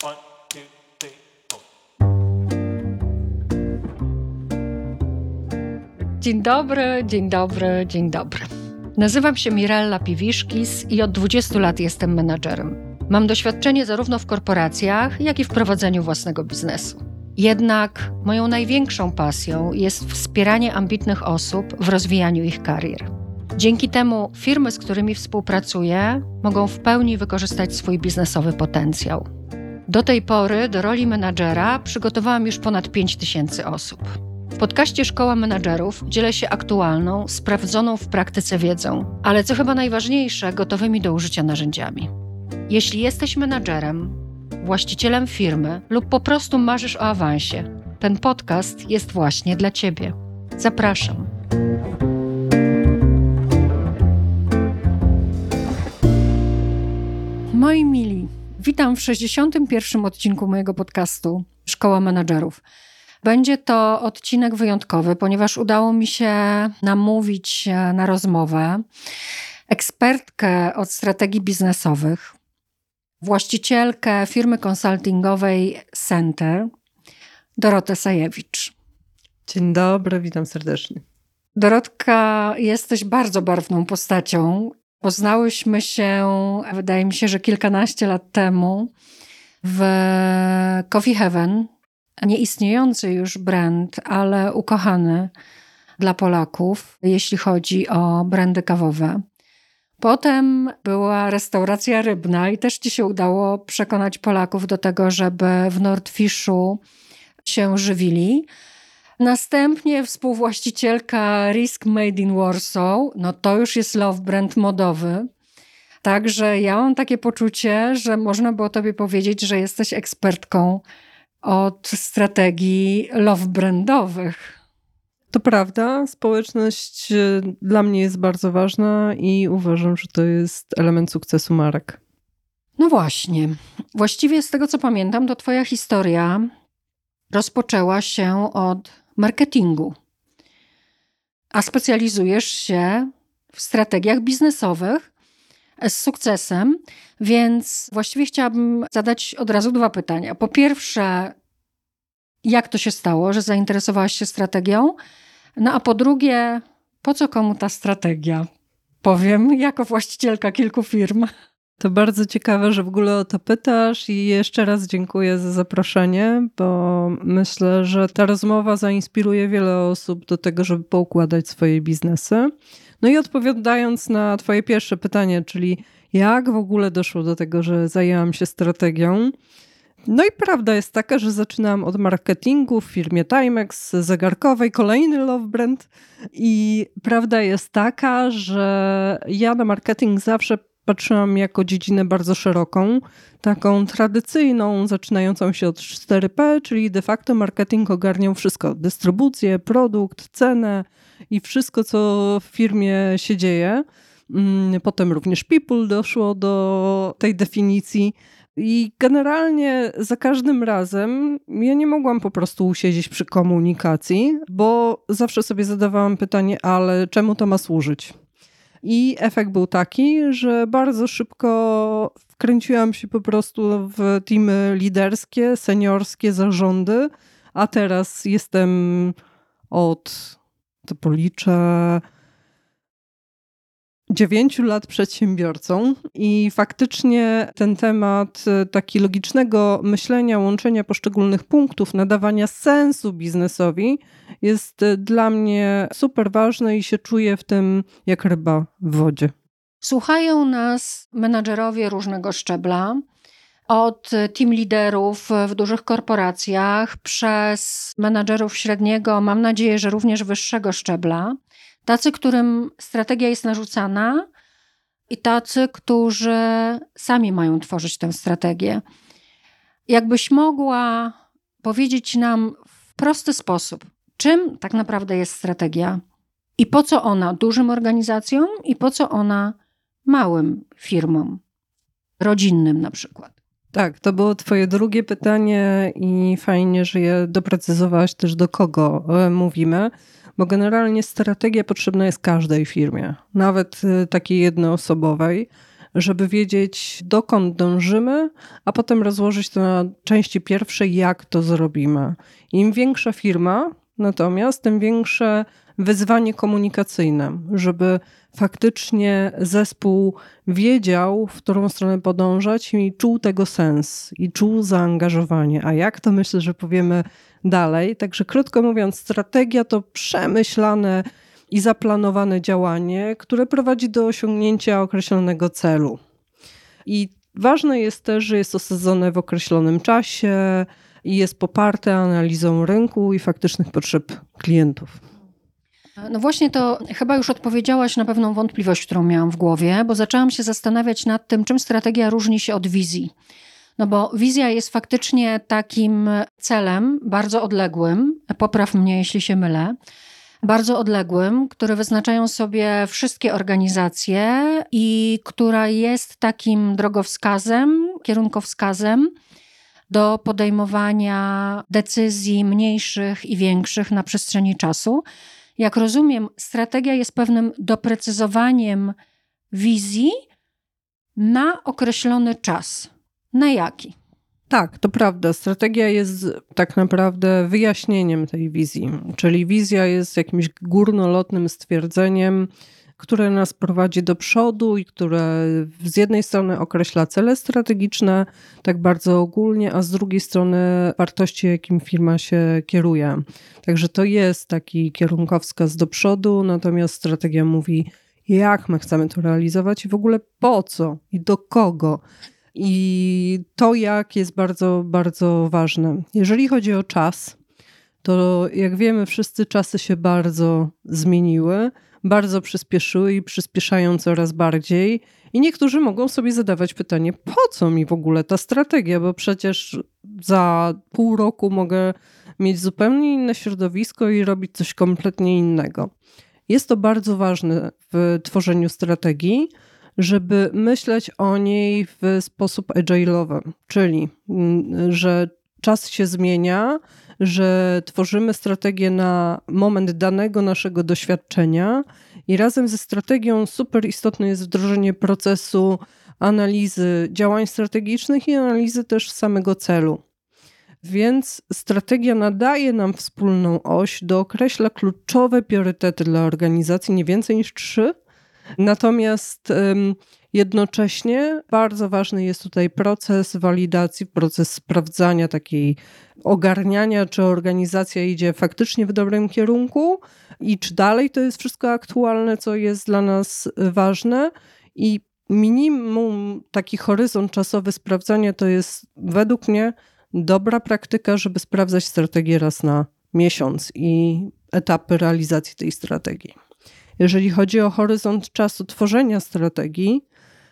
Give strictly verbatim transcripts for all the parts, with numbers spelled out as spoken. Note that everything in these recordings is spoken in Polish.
One, two, three, four. Dzień dobry, dzień dobry, dzień dobry. Nazywam się Mirella Piwiszkis i od dwudziestu lat jestem menadżerem. Mam doświadczenie zarówno w korporacjach, jak i w prowadzeniu własnego biznesu. Jednak moją największą pasją jest wspieranie ambitnych osób w rozwijaniu ich karier. Dzięki temu firmy, z którymi współpracuję, mogą w pełni wykorzystać swój biznesowy potencjał. Do tej pory do roli menadżera przygotowałam już ponad pięć tysięcy osób. W podcaście Szkoła Menadżerów dzielę się aktualną, sprawdzoną w praktyce wiedzą, ale co chyba najważniejsze, gotowymi do użycia narzędziami. Jeśli jesteś menadżerem, właścicielem firmy lub po prostu marzysz o awansie, ten podcast jest właśnie dla Ciebie. Zapraszam. Moi mili, witam w sześćdziesiątym pierwszym odcinku mojego podcastu Szkoła Menadżerów. Będzie to odcinek wyjątkowy, ponieważ udało mi się namówić na rozmowę ekspertkę od strategii biznesowych, właścicielkę firmy konsultingowej Center, Dorotę Sajewicz. Dzień dobry, witam serdecznie. Dorotka, jesteś bardzo barwną postacią. Poznałyśmy się, wydaje mi się, że kilkanaście lat temu w Coffee Heaven. Nieistniejący już brand, ale ukochany dla Polaków, jeśli chodzi o brandy kawowe. Potem była restauracja rybna i też ci się udało przekonać Polaków do tego, żeby w Nordfishu się żywili. Następnie współwłaścicielka Risk Made in Warsaw, no to już jest love brand modowy. Także ja mam takie poczucie, że można było tobie powiedzieć, że jesteś ekspertką od strategii love brandowych. To prawda, społeczność dla mnie jest bardzo ważna i uważam, że to jest element sukcesu marek. No właśnie. Właściwie z tego, co pamiętam, to twoja historia rozpoczęła się od marketingu, a specjalizujesz się w strategiach biznesowych z sukcesem, więc właściwie chciałabym zadać od razu dwa pytania. Po pierwsze, jak to się stało, że zainteresowałaś się strategią? No a po drugie, po co komu ta strategia? Powiem jako właścicielka kilku firm. To bardzo ciekawe, że w ogóle o to pytasz i jeszcze raz dziękuję za zaproszenie, bo myślę, że ta rozmowa zainspiruje wiele osób do tego, żeby poukładać swoje biznesy. No i odpowiadając na twoje pierwsze pytanie, czyli jak w ogóle doszło do tego, że zajęłam się strategią. No i prawda jest taka, że zaczynałam od marketingu w firmie Timex zegarkowej, kolejny love brand. I prawda jest taka, że ja na marketing zawsze patrzyłam jako dziedzinę bardzo szeroką, taką tradycyjną, zaczynającą się od cztery P, czyli de facto marketing ogarniał wszystko. Dystrybucję, produkt, cenę i wszystko, co w firmie się dzieje. Potem również people doszło do tej definicji. I generalnie za każdym razem ja nie mogłam po prostu usiedzieć przy komunikacji, bo zawsze sobie zadawałam pytanie, ale czemu to ma służyć? I efekt był taki, że bardzo szybko wkręciłam się po prostu w teamy liderskie, seniorskie, zarządy, a teraz jestem od, to policzę, dziewięciu lat przedsiębiorcą i faktycznie ten temat taki logicznego myślenia, łączenia poszczególnych punktów, nadawania sensu biznesowi jest dla mnie super ważny i się czuję w tym jak ryba w wodzie. Słuchają nas menadżerowie różnego szczebla, od team liderów w dużych korporacjach, przez menadżerów średniego, mam nadzieję, że również wyższego szczebla. Tacy, którym strategia jest narzucana i tacy, którzy sami mają tworzyć tę strategię. Jakbyś mogła powiedzieć nam w prosty sposób, czym tak naprawdę jest strategia i po co ona dużym organizacjom i po co ona małym firmom, rodzinnym na przykład. Tak, to było twoje drugie pytanie i fajnie, że je doprecyzowałaś też, do kogo mówimy. Bo generalnie strategia potrzebna jest każdej firmie, nawet takiej jednoosobowej. żeby wiedzieć, dokąd dążymy, a potem rozłożyć to na części pierwsze, jak to zrobimy. Im większa firma, natomiast tym większe wyzwanie komunikacyjne, żeby faktycznie zespół wiedział, w którą stronę podążać i czuł tego sens i czuł zaangażowanie. A jak to myślę, że powiemy dalej. Także krótko mówiąc, strategia to przemyślane i zaplanowane działanie, które prowadzi do osiągnięcia określonego celu. I ważne jest też, że jest osadzone w określonym czasie i jest poparte analizą rynku i faktycznych potrzeb klientów. No właśnie to chyba już odpowiedziałaś na pewną wątpliwość, którą miałam w głowie, bo zaczęłam się zastanawiać nad tym, czym strategia różni się od wizji. No bo wizja jest faktycznie takim celem bardzo odległym, popraw mnie, jeśli się mylę, bardzo odległym, który wyznaczają sobie wszystkie organizacje i która jest takim drogowskazem, kierunkowskazem do podejmowania decyzji mniejszych i większych na przestrzeni czasu. Jak rozumiem, strategia jest pewnym doprecyzowaniem wizji na określony czas. Na jaki? Tak, to prawda. Strategia jest tak naprawdę wyjaśnieniem tej wizji. Czyli wizja jest jakimś górnolotnym stwierdzeniem, które nas prowadzi do przodu i które z jednej strony określa cele strategiczne, tak bardzo ogólnie, a z drugiej strony wartości, jakim firma się kieruje. Także to jest taki kierunkowskaz do przodu, natomiast strategia mówi, jak my chcemy to realizować i w ogóle po co i do kogo. I to jak jest bardzo, bardzo ważne. Jeżeli chodzi o czas, to jak wiemy, wszyscy czasy się bardzo zmieniły, bardzo przyspieszyły i przyspieszają coraz bardziej. I niektórzy mogą sobie zadawać pytanie, po co mi w ogóle ta strategia, bo przecież za pół roku mogę mieć zupełnie inne środowisko i robić coś kompletnie innego. Jest to bardzo ważne w tworzeniu strategii, żeby myśleć o niej w sposób agile'owy, czyli że czas się zmienia, że tworzymy strategię na moment danego naszego doświadczenia i razem ze strategią super istotne jest wdrożenie procesu analizy działań strategicznych i analizy też samego celu. Więc strategia nadaje nam wspólną oś, dookreśla kluczowe priorytety dla organizacji, nie więcej niż trzy. Natomiast um, jednocześnie bardzo ważny jest tutaj proces walidacji, proces sprawdzania, takiej ogarniania, czy organizacja idzie faktycznie w dobrym kierunku i czy dalej to jest wszystko aktualne, co jest dla nas ważne. I minimum taki horyzont czasowy sprawdzania to jest według mnie dobra praktyka, żeby sprawdzać strategię raz na miesiąc i etapy realizacji tej strategii. Jeżeli chodzi o horyzont czasu tworzenia strategii,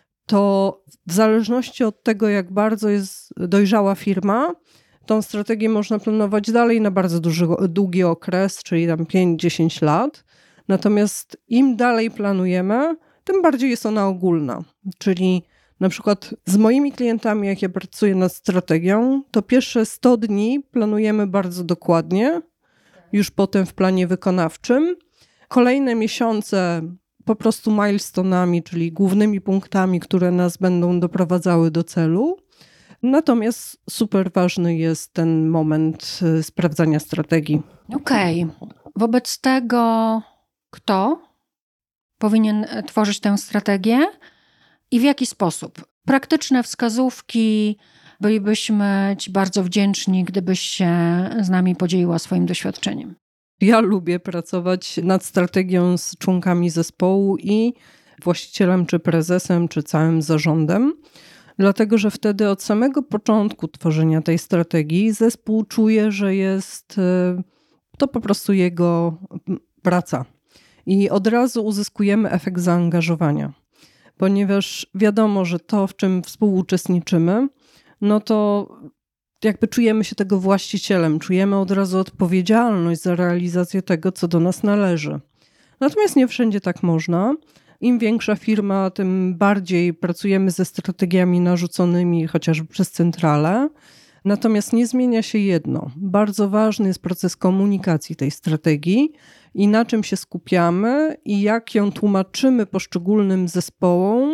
to w zależności od tego, jak bardzo jest dojrzała firma, tą strategię można planować dalej na bardzo duży, długi okres, czyli tam pięć do dziesięciu lat. Natomiast im dalej planujemy, tym bardziej jest ona ogólna. Czyli na przykład z moimi klientami, jak ja pracuję nad strategią, to pierwsze sto dni planujemy bardzo dokładnie, już potem w planie wykonawczym. Kolejne miesiące po prostu milestone'ami, czyli głównymi punktami, które nas będą doprowadzały do celu. Natomiast super ważny jest ten moment sprawdzania strategii. Okej. Okay. Wobec tego, kto powinien tworzyć tę strategię i w jaki sposób? Praktyczne wskazówki, bylibyśmy Ci bardzo wdzięczni, gdybyś się z nami podzieliła swoim doświadczeniem. Ja lubię pracować nad strategią z członkami zespołu i właścicielem, czy prezesem, czy całym zarządem, dlatego że wtedy od samego początku tworzenia tej strategii zespół czuje, że jest to po prostu jego praca. I od razu uzyskujemy efekt zaangażowania, ponieważ wiadomo, że to, w czym współuczestniczymy, no to jakby czujemy się tego właścicielem, czujemy od razu odpowiedzialność za realizację tego, co do nas należy. Natomiast nie wszędzie tak można. Im większa firma, tym bardziej pracujemy ze strategiami narzuconymi chociażby przez centralę. Natomiast nie zmienia się jedno. Bardzo ważny jest proces komunikacji tej strategii i na czym się skupiamy i jak ją tłumaczymy poszczególnym zespołom,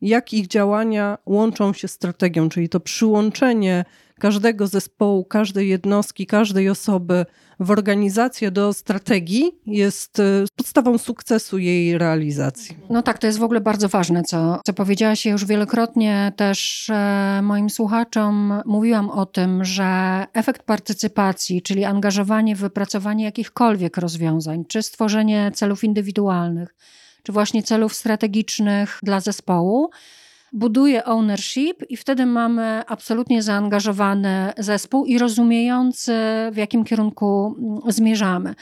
jak ich działania łączą się z strategią, czyli to przyłączenie każdego zespołu, każdej jednostki, każdej osoby w organizację do strategii jest podstawą sukcesu jej realizacji. No tak, to jest w ogóle bardzo ważne, co, co powiedziałaś. Ja już wielokrotnie też e, moim słuchaczom mówiłam o tym, że efekt partycypacji, czyli angażowanie w wypracowanie jakichkolwiek rozwiązań, czy stworzenie celów indywidualnych, czy właśnie celów strategicznych dla zespołu, buduje ownership i wtedy mamy absolutnie zaangażowany zespół i rozumiejący, w jakim kierunku zmierzamy.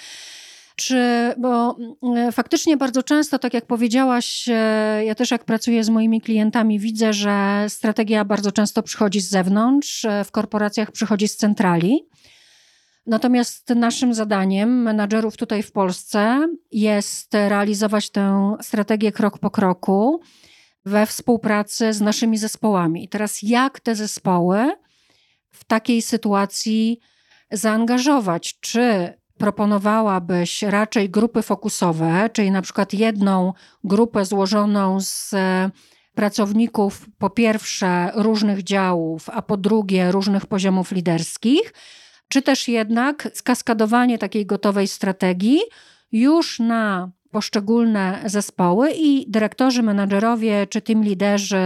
Czy, bo faktycznie bardzo często, tak jak powiedziałaś, ja też jak pracuję z moimi klientami, widzę, że strategia bardzo często przychodzi z zewnątrz, w korporacjach przychodzi z centrali. Natomiast naszym zadaniem menadżerów tutaj w Polsce jest realizować tę strategię krok po kroku we współpracy z naszymi zespołami. I teraz jak te zespoły w takiej sytuacji zaangażować? Czy proponowałabyś raczej grupy fokusowe, czyli na przykład jedną grupę złożoną z pracowników po pierwsze różnych działów, a po drugie różnych poziomów liderskich, czy też jednak skaskadowanie takiej gotowej strategii już na poszczególne zespoły i dyrektorzy, menadżerowie czy team liderzy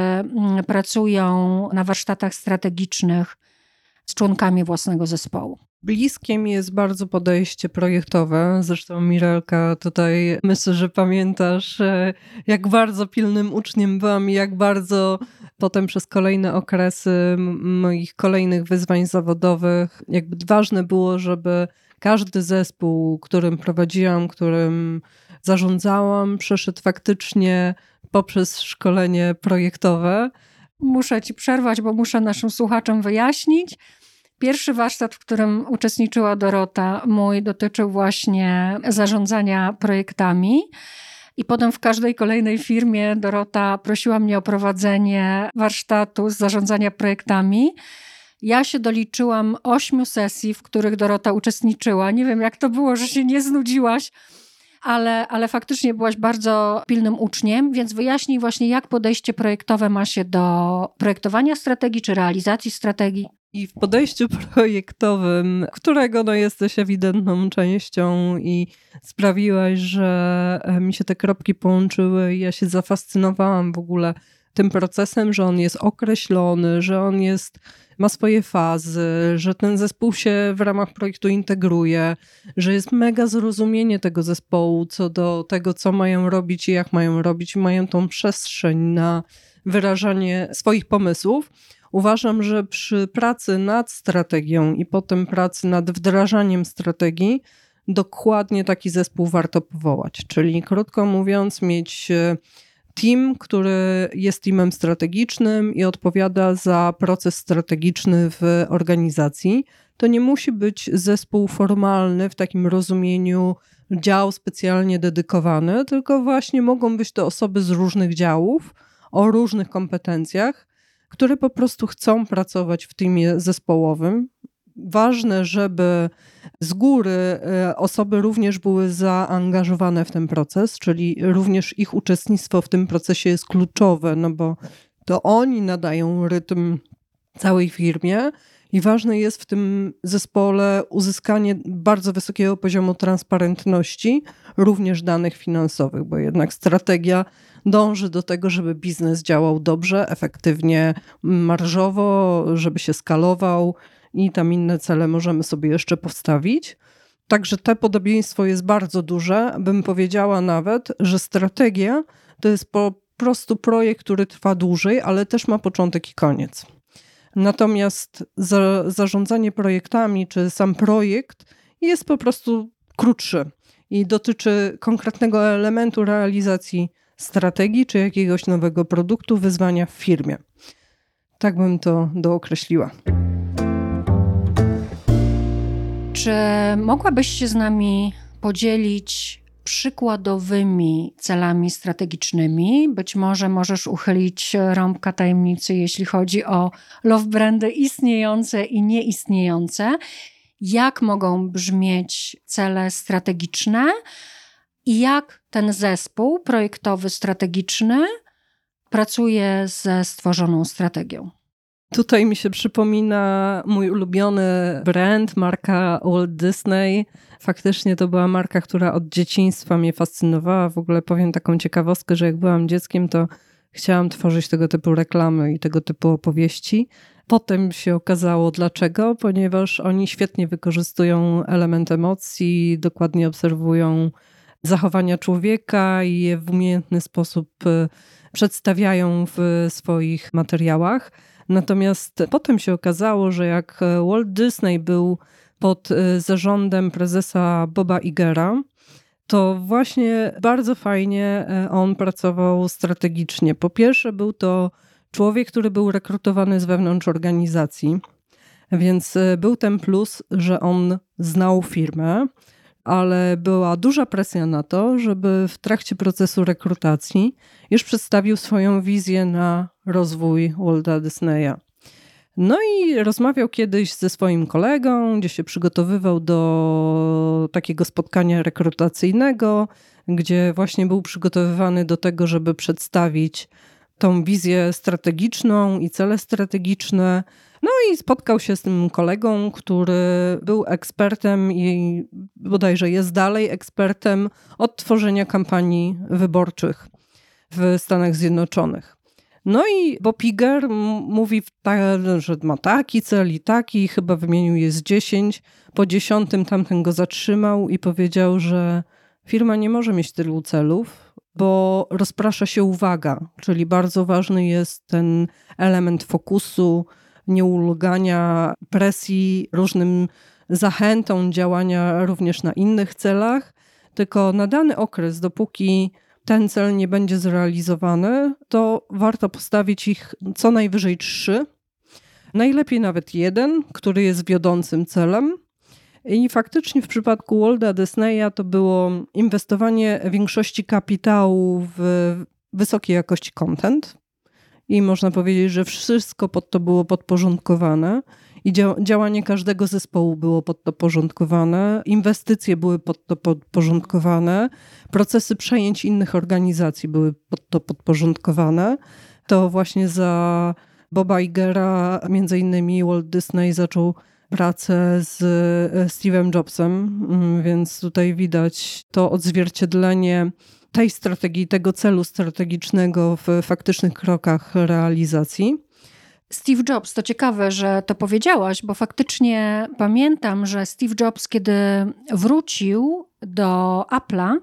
pracują na warsztatach strategicznych z członkami własnego zespołu. Bliskie mi jest bardzo podejście projektowe. Zresztą Mirelka, tutaj myślę, że pamiętasz, jak bardzo pilnym uczniem byłam i jak bardzo potem przez kolejne okresy moich kolejnych wyzwań zawodowych jakby ważne było, żeby każdy zespół, którym prowadziłam, którym zarządzałam, przeszedł faktycznie poprzez szkolenie projektowe. Muszę ci przerwać, bo muszę naszym słuchaczom wyjaśnić. Pierwszy warsztat, w którym uczestniczyła Dorota, mój dotyczył właśnie zarządzania projektami. I potem w każdej kolejnej firmie Dorota prosiła mnie o prowadzenie warsztatu z zarządzania projektami. Ja się doliczyłam ośmiu sesji, w których Dorota uczestniczyła. Nie wiem, jak to było, że się nie znudziłaś, ale, ale faktycznie byłaś bardzo pilnym uczniem, więc wyjaśnij właśnie, jak podejście projektowe ma się do projektowania strategii czy realizacji strategii. I w podejściu projektowym, którego no jesteś ewidentną częścią i sprawiłaś, że mi się te kropki połączyły i ja się zafascynowałam w ogóle tym procesem, że on jest określony, że on jest, ma swoje fazy, że ten zespół się w ramach projektu integruje, że jest mega zrozumienie tego zespołu co do tego, co mają robić i jak mają robić, mają tą przestrzeń na wyrażanie swoich pomysłów. Uważam, że przy pracy nad strategią i potem pracy nad wdrażaniem strategii dokładnie taki zespół warto powołać. Czyli krótko mówiąc mieć team, który jest teamem strategicznym i odpowiada za proces strategiczny w organizacji. To nie musi być zespół formalny w takim rozumieniu dział specjalnie dedykowany, tylko właśnie mogą być to osoby z różnych działów o różnych kompetencjach, które po prostu chcą pracować w teamie zespołowym. Ważne, żeby z góry osoby również były zaangażowane w ten proces, czyli również ich uczestnictwo w tym procesie jest kluczowe, no bo to oni nadają rytm całej firmie i ważne jest w tym zespole uzyskanie bardzo wysokiego poziomu transparentności, również danych finansowych, bo jednak strategia dąży do tego, żeby biznes działał dobrze, efektywnie, marżowo, żeby się skalował i tam inne cele możemy sobie jeszcze postawić. Także to podobieństwo jest bardzo duże. Bym powiedziała nawet, że strategia to jest po prostu projekt, który trwa dłużej, ale też ma początek i koniec. Natomiast za, zarządzanie projektami, czy sam projekt jest po prostu krótszy i dotyczy konkretnego elementu realizacji strategii, czy jakiegoś nowego produktu, wyzwania w firmie. Tak bym to dookreśliła. Czy mogłabyś się z nami podzielić przykładowymi celami strategicznymi? Być może możesz uchylić rąbka tajemnicy, jeśli chodzi o love brandy istniejące i nieistniejące. Jak mogą brzmieć cele strategiczne i jak ten zespół projektowy, strategiczny pracuje ze stworzoną strategią. Tutaj mi się przypomina mój ulubiony brand, marka Walt Disney. Faktycznie to była marka, która od dzieciństwa mnie fascynowała. W ogóle powiem taką ciekawostkę, że jak byłam dzieckiem, to chciałam tworzyć tego typu reklamy i tego typu opowieści. Potem się okazało dlaczego, ponieważ oni świetnie wykorzystują element emocji, dokładnie obserwują zachowania człowieka i je w umiejętny sposób przedstawiają w swoich materiałach. Natomiast potem się okazało, że jak Walt Disney był pod zarządem prezesa Boba Igera, to właśnie bardzo fajnie on pracował strategicznie. Po pierwsze był to człowiek, który był rekrutowany z wewnątrz organizacji, więc był ten plus, że on znał firmę, ale była duża presja na to, żeby w trakcie procesu rekrutacji już przedstawił swoją wizję na rozwój Walta Disneya. No i rozmawiał kiedyś ze swoim kolegą, gdzie się przygotowywał do takiego spotkania rekrutacyjnego, gdzie właśnie był przygotowywany do tego, żeby przedstawić tą wizję strategiczną i cele strategiczne. No i spotkał się z tym kolegą, który był ekspertem i bodajże jest dalej ekspertem od tworzenia kampanii wyborczych w Stanach Zjednoczonych. No i Bob Iger mówi, że ma taki cel i taki, chyba wymienił je z dziesięć. Po dziesiątym tamten go zatrzymał i powiedział, że firma nie może mieć tylu celów, bo rozprasza się uwaga, czyli bardzo ważny jest ten element fokusu, nieulegania presji, różnym zachętom działania również na innych celach, tylko na dany okres, dopóki ten cel nie będzie zrealizowany, to warto postawić ich co najwyżej trzy, najlepiej nawet jeden, który jest wiodącym celem. I faktycznie w przypadku Walta Disneya to było inwestowanie większości kapitału w wysokiej jakości content i można powiedzieć, że wszystko pod to było podporządkowane i działanie każdego zespołu było pod to podporządkowane, inwestycje były pod to podporządkowane, procesy przejęć innych organizacji były pod to podporządkowane. To właśnie za Boba Igera między innymi Walt Disney zaczął pracę z Steve'em Jobsem, więc tutaj widać to odzwierciedlenie tej strategii, tego celu strategicznego w faktycznych krokach realizacji. Steve Jobs, to ciekawe, że to powiedziałaś, bo faktycznie pamiętam, że Steve Jobs, kiedy wrócił do Apple'a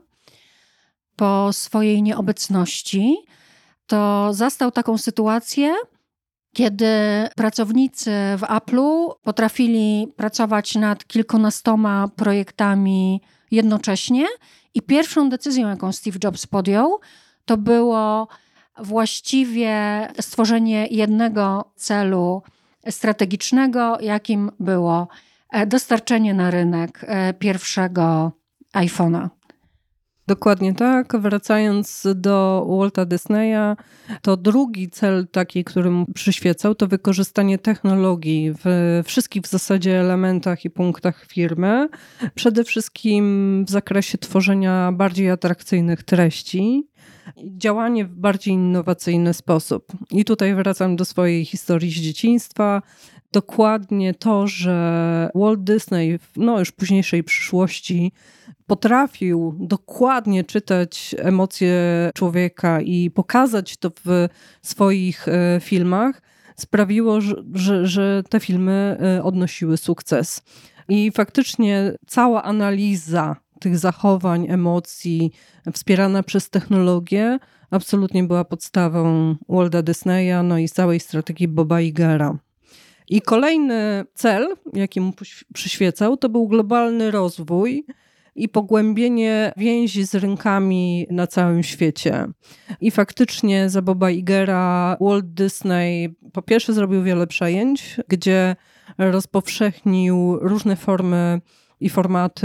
po swojej nieobecności, to zastał taką sytuację, kiedy pracownicy w Apple'u potrafili pracować nad kilkunastoma projektami jednocześnie i pierwszą decyzją, jaką Steve Jobs podjął, to było właściwie stworzenie jednego celu strategicznego, jakim było dostarczenie na rynek pierwszego iPhone'a. Dokładnie tak. Wracając do Walta Disneya, to drugi cel taki, który mu przyświecał, to wykorzystanie technologii w wszystkich w zasadzie elementach i punktach firmy. Przede wszystkim w zakresie tworzenia bardziej atrakcyjnych treści. Działanie w bardziej innowacyjny sposób. I tutaj wracam do swojej historii z dzieciństwa. Dokładnie to, że Walt Disney w no, już późniejszej przyszłości potrafił dokładnie czytać emocje człowieka i pokazać to w swoich filmach, sprawiło, że, że te filmy odnosiły sukces. I faktycznie cała analiza tych zachowań, emocji wspierana przez technologię absolutnie była podstawą Walta Disneya, no i całej strategii Boba Igera. I kolejny cel, jaki mu przyświecał, to był globalny rozwój i pogłębienie więzi z rynkami na całym świecie. I faktycznie za Boba Igera Walt Disney po pierwsze zrobił wiele przejęć, gdzie rozpowszechnił różne formy i formaty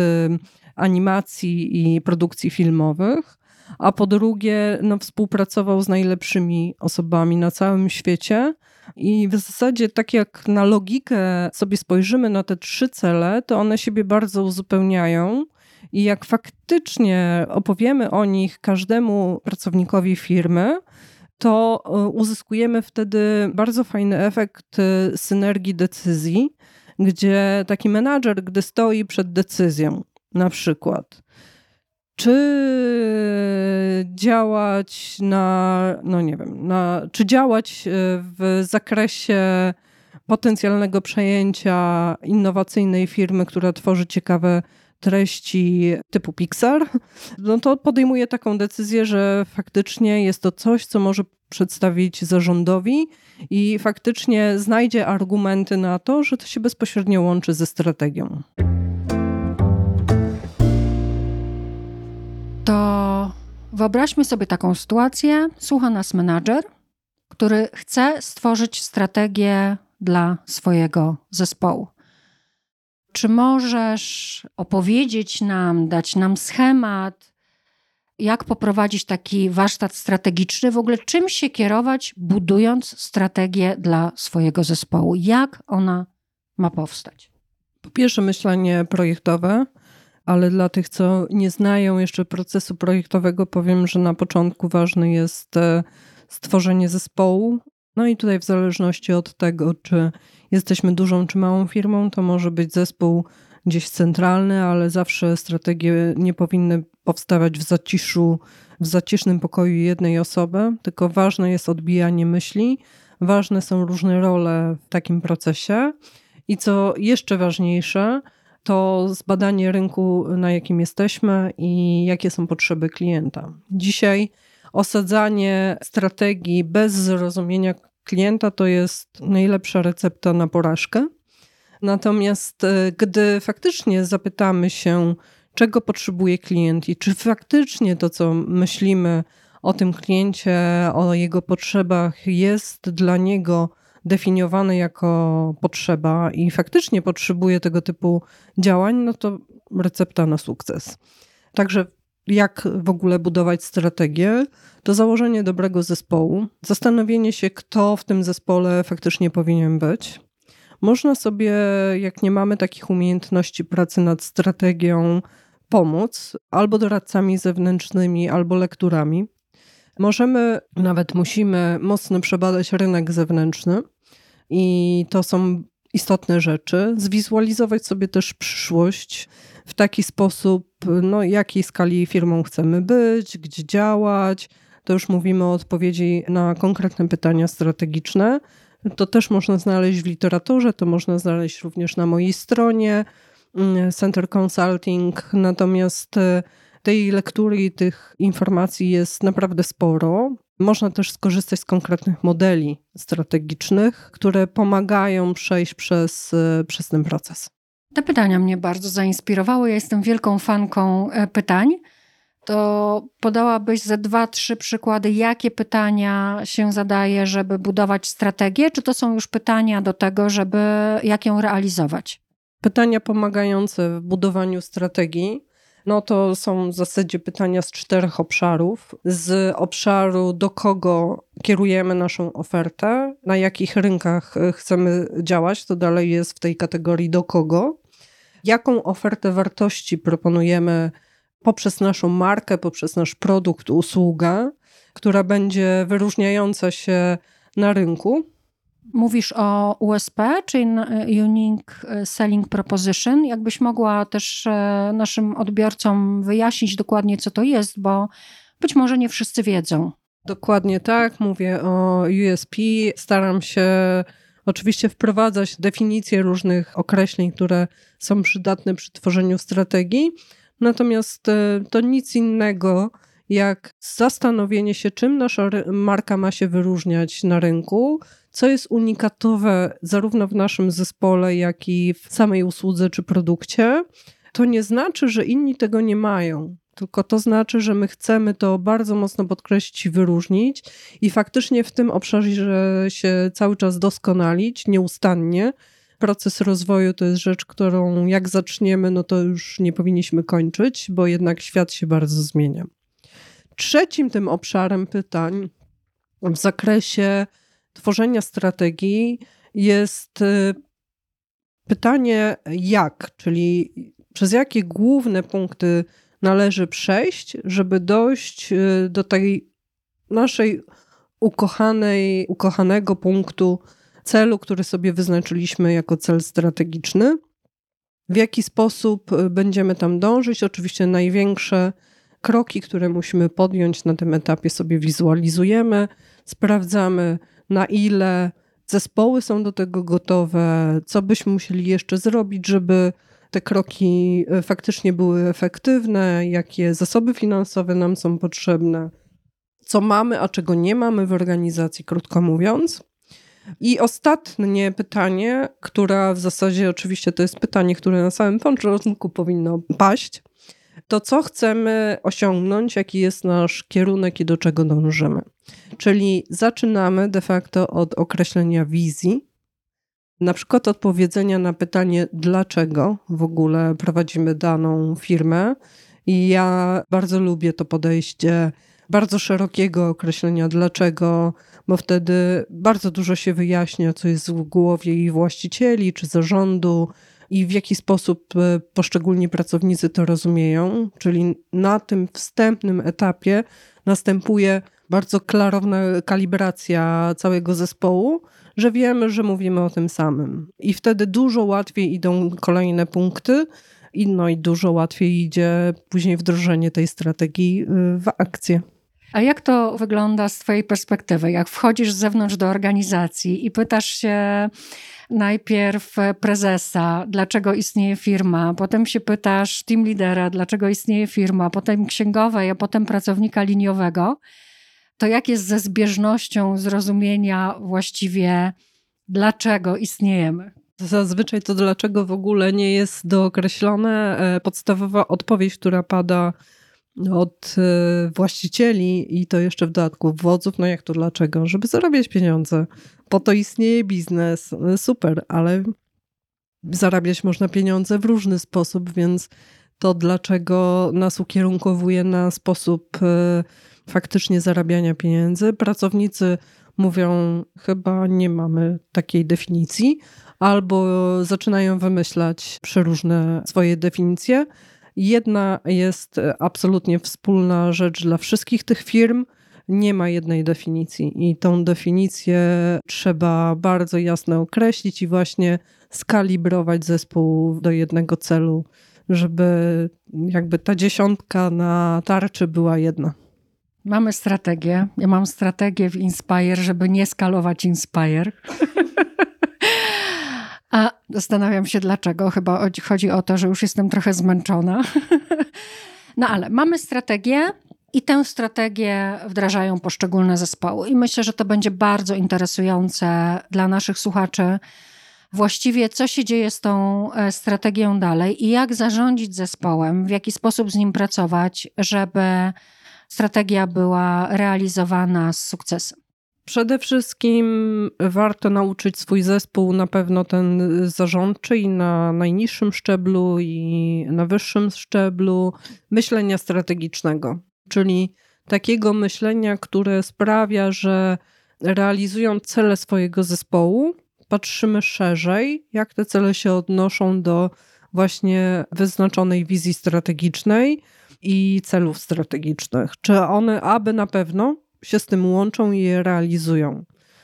animacji i produkcji filmowych, a po drugie no, współpracował z najlepszymi osobami na całym świecie. I w zasadzie tak jak na logikę sobie spojrzymy na te trzy cele, to one siebie bardzo uzupełniają i jak faktycznie opowiemy o nich każdemu pracownikowi firmy, to uzyskujemy wtedy bardzo fajny efekt synergii decyzji, gdzie taki menadżer, gdy stoi przed decyzją, na przykład, czy działać na, no nie wiem, na, czy działać w zakresie potencjalnego przejęcia innowacyjnej firmy, która tworzy ciekawe treści typu Pixar, no to podejmuje taką decyzję, że faktycznie jest to coś, co może przedstawić zarządowi i faktycznie znajdzie argumenty na to, że to się bezpośrednio łączy ze strategią. To wyobraźmy sobie taką sytuację. Słucha nas menadżer, który chce stworzyć strategię dla swojego zespołu. Czy możesz opowiedzieć nam, dać nam schemat, jak poprowadzić taki warsztat strategiczny? W ogóle czym się kierować, budując strategię dla swojego zespołu? Jak ona ma powstać? Po pierwsze myślenie projektowe, ale dla tych, co nie znają jeszcze procesu projektowego, powiem, że na początku ważne jest stworzenie zespołu. No i tutaj w zależności od tego, czy jesteśmy dużą czy małą firmą, to może być zespół gdzieś centralny, ale zawsze strategie nie powinny powstawać w zaciszu, w zacisznym pokoju jednej osoby, tylko ważne jest odbijanie myśli, ważne są różne role w takim procesie i co jeszcze ważniejsze, to zbadanie rynku, na jakim jesteśmy i jakie są potrzeby klienta. Dzisiaj osadzanie strategii bez zrozumienia klienta to jest najlepsza recepta na porażkę. Natomiast gdy faktycznie zapytamy się, czego potrzebuje klient i czy faktycznie to, co myślimy o tym kliencie, o jego potrzebach jest dla niego definiowane jako potrzeba i faktycznie potrzebuje tego typu działań, no to recepta na sukces. Także jak w ogóle budować strategię, to założenie dobrego zespołu, zastanowienie się, kto w tym zespole faktycznie powinien być. Można sobie, jak nie mamy takich umiejętności pracy nad strategią, pomóc albo doradcami zewnętrznymi, albo lekturami. Możemy, nawet musimy mocno przebadać rynek zewnętrzny i to są istotne rzeczy. Zwizualizować sobie też przyszłość w taki sposób, no jakiej skali firmą chcemy być, gdzie działać. To już mówimy o odpowiedzi na konkretne pytania strategiczne. To też można znaleźć w literaturze, to można znaleźć również na mojej stronie Center Consulting. Natomiast tej lektury i tych informacji jest naprawdę sporo. Można też skorzystać z konkretnych modeli strategicznych, które pomagają przejść przez, przez ten proces. Te pytania mnie bardzo zainspirowały. Ja jestem wielką fanką pytań. To podałabyś ze dwa, trzy przykłady, jakie pytania się zadaje, żeby budować strategię? Czy to są już pytania do tego, żeby jak ją realizować? Pytania pomagające w budowaniu strategii, no to są w zasadzie pytania z czterech obszarów. Z obszaru, do kogo kierujemy naszą ofertę, na jakich rynkach chcemy działać, to dalej jest w tej kategorii do kogo. Jaką ofertę wartości proponujemy poprzez naszą markę, poprzez nasz produkt, usługę, która będzie wyróżniająca się na rynku. Mówisz o U S P, czyli Unique Selling Proposition. Jakbyś mogła też naszym odbiorcom wyjaśnić dokładnie, co to jest, bo być może nie wszyscy wiedzą. Dokładnie tak, mówię o U S P. Staram się oczywiście wprowadzać definicje różnych określeń, które są przydatne przy tworzeniu strategii. Natomiast to nic innego jak zastanowienie się, czym nasza marka ma się wyróżniać na rynku, co jest unikatowe zarówno w naszym zespole, jak i w samej usłudze czy produkcie. To nie znaczy, że inni tego nie mają, tylko to znaczy, że my chcemy to bardzo mocno podkreślić i wyróżnić i faktycznie w tym obszarze się cały czas doskonalić, nieustannie. Proces rozwoju to jest rzecz, którą jak zaczniemy, no to już nie powinniśmy kończyć, bo jednak świat się bardzo zmienia. Trzecim tym obszarem pytań w zakresie tworzenia strategii jest pytanie jak, czyli przez jakie główne punkty należy przejść, żeby dojść do tej naszej ukochanej, ukochanego punktu celu, który sobie wyznaczyliśmy jako cel strategiczny. W jaki sposób będziemy tam dążyć? Oczywiście największe kroki, które musimy podjąć na tym etapie, sobie wizualizujemy, sprawdzamy, na ile zespoły są do tego gotowe, co byśmy musieli jeszcze zrobić, żeby te kroki faktycznie były efektywne, jakie zasoby finansowe nam są potrzebne, co mamy, a czego nie mamy w organizacji, krótko mówiąc. I ostatnie pytanie, które w zasadzie oczywiście to jest pytanie, które na samym początku powinno paść, to co chcemy osiągnąć, jaki jest nasz kierunek i do czego dążymy. Czyli zaczynamy de facto od określenia wizji, na przykład odpowiedzenia na pytanie, dlaczego w ogóle prowadzimy daną firmę. I ja bardzo lubię to podejście bardzo szerokiego określenia dlaczego, bo wtedy bardzo dużo się wyjaśnia, co jest w głowie i właścicieli, czy zarządu i w jaki sposób poszczególni pracownicy to rozumieją. Czyli na tym wstępnym etapie następuje bardzo klarowna kalibracja całego zespołu, że wiemy, że mówimy o tym samym. I wtedy dużo łatwiej idą kolejne punkty, i no i dużo łatwiej idzie później wdrożenie tej strategii w akcję. A jak to wygląda z twojej perspektywy? Jak wchodzisz z zewnątrz do organizacji i pytasz się najpierw prezesa, dlaczego istnieje firma, potem się pytasz team lidera, dlaczego istnieje firma, potem księgowej, a potem pracownika liniowego, to jak jest ze zbieżnością zrozumienia właściwie, dlaczego istniejemy? Zazwyczaj to dlaczego w ogóle nie jest dookreślone. Podstawowa odpowiedź, która pada od właścicieli i to jeszcze w dodatku wodzów, no jak to dlaczego? Żeby zarabiać pieniądze. Po to istnieje biznes. Super, ale zarabiać można pieniądze w różny sposób, więc to dlaczego nas ukierunkowuje na sposób faktycznie zarabiania pieniędzy. Pracownicy mówią, chyba nie mamy takiej definicji, albo zaczynają wymyślać przeróżne swoje definicje. Jedna jest absolutnie wspólna rzecz dla wszystkich tych firm. Nie ma jednej definicji i tą definicję trzeba bardzo jasno określić i właśnie skalibrować zespół do jednego celu, żeby jakby ta dziesiątka na tarczy była jedna. Mamy strategię. Ja mam strategię w Inspire, żeby nie skalować Inspire. A zastanawiam się dlaczego. Chyba chodzi o to, że już jestem trochę zmęczona. No ale mamy strategię i tę strategię wdrażają poszczególne zespoły. I myślę, że to będzie bardzo interesujące dla naszych słuchaczy. Właściwie co się dzieje z tą strategią dalej i jak zarządzić zespołem, w jaki sposób z nim pracować, żeby strategia była realizowana z sukcesem. Przede wszystkim warto nauczyć swój zespół, na pewno ten zarządczy i na najniższym szczeblu i na wyższym szczeblu, myślenia strategicznego. Czyli takiego myślenia, które sprawia, że realizując cele swojego zespołu, patrzymy szerzej, jak te cele się odnoszą do właśnie wyznaczonej wizji strategicznej i celów strategicznych. Czy one aby na pewno się z tym łączą i je realizują.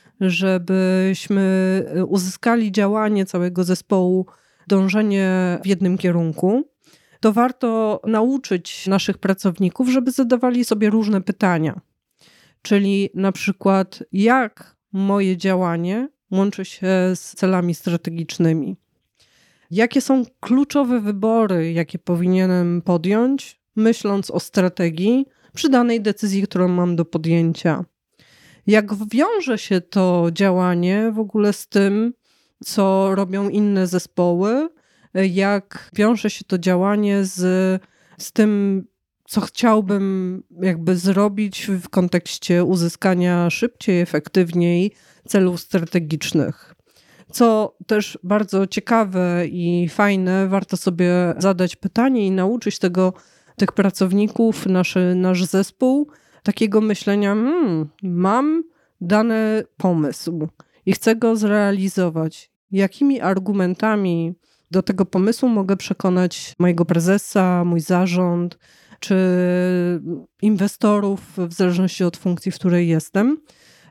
Żebyśmy uzyskali działanie całego zespołu, dążenie w jednym kierunku, to warto nauczyć naszych pracowników, żeby zadawali sobie różne pytania. Czyli na przykład, jak moje działanie łączy się z celami strategicznymi? Jakie są kluczowe wybory, jakie powinienem podjąć, myśląc o strategii przy danej decyzji, którą mam do podjęcia? Jak wiąże się to działanie w ogóle z tym, co robią inne zespoły? Jak wiąże się to działanie z, z tym, co chciałbym jakby zrobić w kontekście uzyskania szybciej, efektywniej celów strategicznych? Co też bardzo ciekawe i fajne, warto sobie zadać pytanie i nauczyć tego tych pracowników, nasz, nasz zespół, takiego myślenia, hmm, mam dany pomysł i chcę go zrealizować. Jakimi argumentami do tego pomysłu mogę przekonać mojego prezesa, mój zarząd, czy inwestorów, w zależności od funkcji, w której jestem.